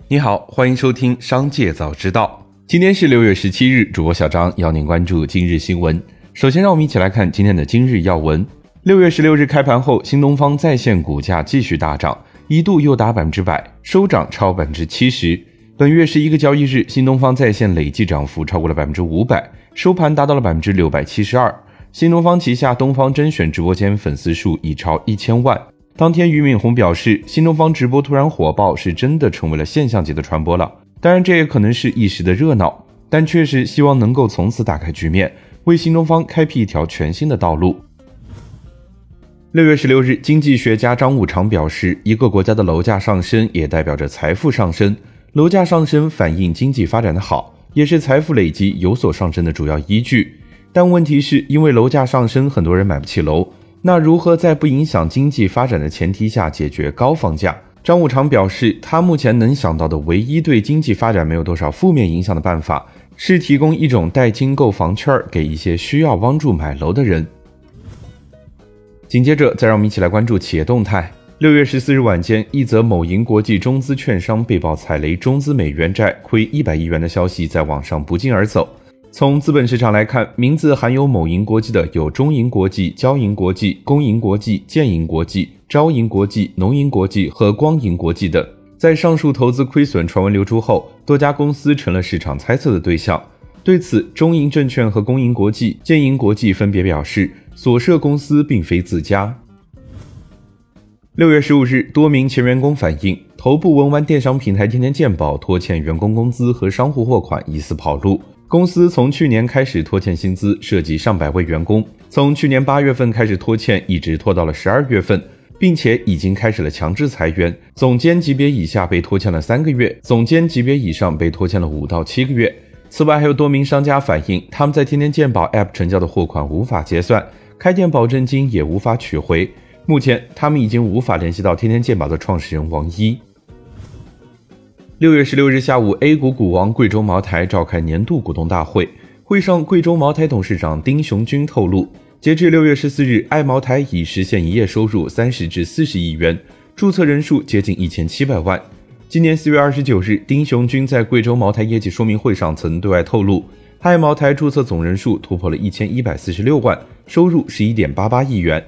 你好，欢迎收听商界早知道。今天是6月17日，主播小张邀您关注今日新闻。首先让我们一起来看今天的今日要闻。6月16日开盘后，新东方在线股价继续大涨，一度又达 100%， 收涨超 70%。 本月11个交易日，新东方在线累计涨幅超过了 500%， 收盘达到了 672%。 新东方旗下东方甄选直播间粉丝数已超1000万。当天俞敏洪表示，新东方直播突然火爆是真的成为了现象级的传播了，当然这也可能是一时的热闹，但确实希望能够从此打开局面，为新东方开辟一条全新的道路。6月16日，经济学家张五常表示，一个国家的楼价上升也代表着财富上升，楼价上升反映经济发展的好，也是财富累积有所上升的主要依据。但问题是，因为楼价上升，很多人买不起楼，那如何在不影响经济发展的前提下解决高房价？张五常表示，他目前能想到的唯一对经济发展没有多少负面影响的办法，是提供一种代金购房券给一些需要帮助买楼的人。紧接着，再让我们一起来关注企业动态。6月14日晚间，一则某银国际中资券商被曝踩雷中资美元债亏100亿元的消息在网上不胫而走。从资本市场来看，名字含有某银国际的有中银国际、交银国际、工银国际、建银国际、招银国际、农银国际和光银国际等。在上述投资亏损传闻流出后，多家公司成了市场猜测的对象。对此，中银证券和工银国际、建银国际分别表示，所涉公司并非自家。6月15日，多名前员工反映，头部文玩电商平台天天鉴宝拖欠员工工资和商户货款疑似跑路。公司从去年开始拖欠薪资，涉及上百位员工，从去年8月份开始拖欠，一直拖到了12月份，并且已经开始了强制裁员，总监级别以下被拖欠了3个月，总监级别以上被拖欠了5到7个月。此外，还有多名商家反映，他们在天天鉴宝 App 成交的货款无法结算，开店保证金也无法取回。目前，他们已经无法联系到天天鉴宝的创始人王一。6月16日下午 ，A 股股王贵州茅台召开年度股东大会，会上贵州茅台董事长丁雄军透露，截至6月14日，爱茅台已实现营业收入30至40亿元，注册人数接近1700万。今年4月29日，丁雄军在贵州茅台业绩说明会上曾对外透露，爱茅台注册总人数突破了1146万，收入是 1.88 亿元。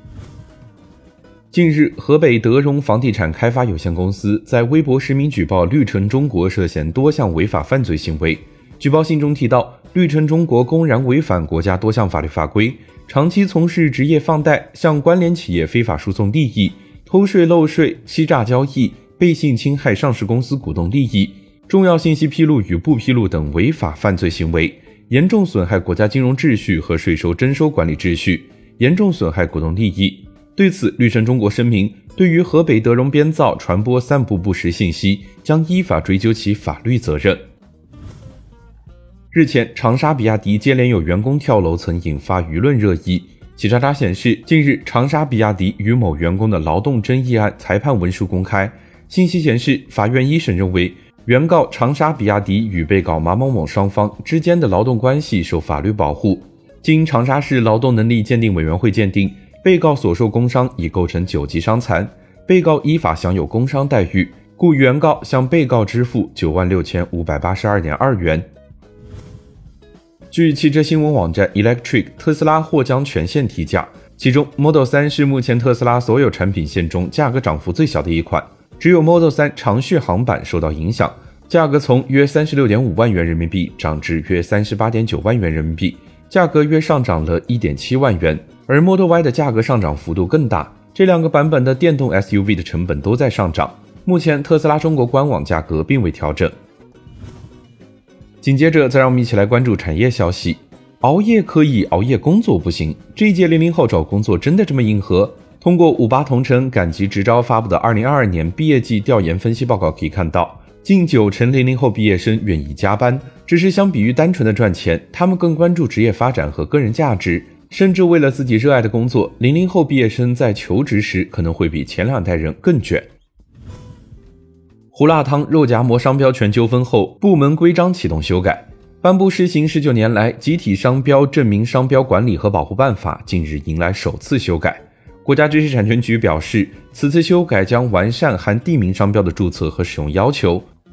近日，河北德荣房地产开发有限公司在微博实名举报绿城中国涉嫌多项违法犯罪行为。举报信中提到，绿城中国公然违反国家多项法律法规，长期从事职业放贷，向关联企业非法输送利益，偷税漏税、欺诈交易、背信侵害上市公司股东利益、重要信息披露与不披露等违法犯罪行为，严重损害国家金融秩序和税收征收管理秩序，严重损害股东利益。对此，绿城中国声明，对于河北德荣编造、传播、散布不实信息，将依法追究其法律责任。日前，长沙比亚迪接连有员工跳楼曾引发舆论热议。企查查显示，近日长沙比亚迪与某员工的劳动争议案裁判文书公开，信息显示，法院一审认为，原告长沙比亚迪与被告马某某双方之间的劳动关系受法律保护。经长沙市劳动能力鉴定委员会鉴定，被告所受工伤已构成9级伤残，被告依法享有工伤待遇，故原告向被告支付96582.2元。据汽车新闻网站 Electric， 特斯拉或将全线提价，其中 Model 3是目前特斯拉所有产品线中价格涨幅最小的一款，只有 Model 3长续航版受到影响，价格从约 36.5 万元人民币涨至约 38.9 万元人民币，价格约上涨了 1.7 万元。而 Model Y 的价格上涨幅度更大，这两个版本的电动 SUV 的成本都在上涨。目前特斯拉中国官网价格并未调整。紧接着，再让我们一起来关注产业消息。熬夜可以，熬夜工作不行。这一届00后找工作真的这么硬核？通过58同城赶集直招发布的2022年毕业季调研分析报告可以看到，近90%00后毕业生愿意加班，只是相比于单纯的赚钱，他们更关注职业发展和个人价值。甚至为了自己热爱的工作，00后毕业生在求职时可能会比前2代人更卷。胡辣汤肉夹馍商标权纠纷后，部门规章启动修改，颁布施行19年来集体商标证明商标管理和保护办法近日迎来首次修改。国家知识产权局表示，此次修改将完善含地名商标的注册和使用要求，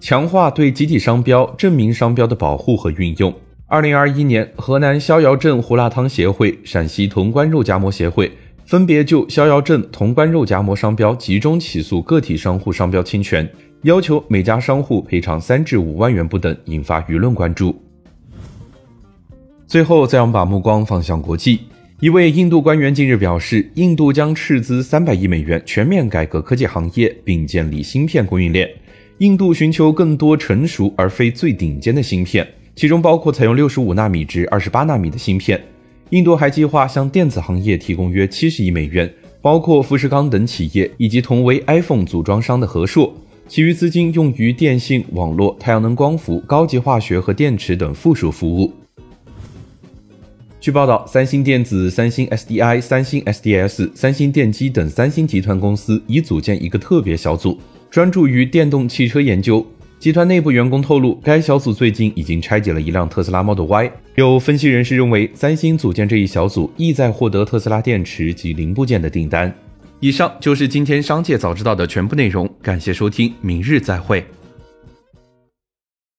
强化对集体商标、证明商标的保护和运用。2021年，河南逍遥镇胡辣汤协会、陕西潼关肉夹馍协会分别就逍遥镇潼关肉夹馍商标集中起诉个体商户商标侵权，要求每家商户赔偿3至5万元不等，引发舆论关注。最后，再让我们把目光放向国际。一位印度官员近日表示，印度将斥资300亿美元全面改革科技行业，并建立芯片供应链。印度寻求更多成熟而非最顶尖的芯片，其中包括采用65纳米至28纳米的芯片。印度还计划向电子行业提供约70亿美元，包括富士康等企业以及同为 iPhone 组装商的和硕，其余资金用于电信、网络、太阳能光伏、高级化学和电池等附属服务。据报道，三星电子、三星 SDI、三星 SDS、三星电机等三星集团公司已组建一个特别小组，专注于电动汽车研究。集团内部员工透露，该小组最近已经拆解了一辆特斯拉 Model Y。有分析人士认为，三星组建这一小组意在获得特斯拉电池及零部件的订单。以上就是今天商界早知道的全部内容，感谢收听，明日再会。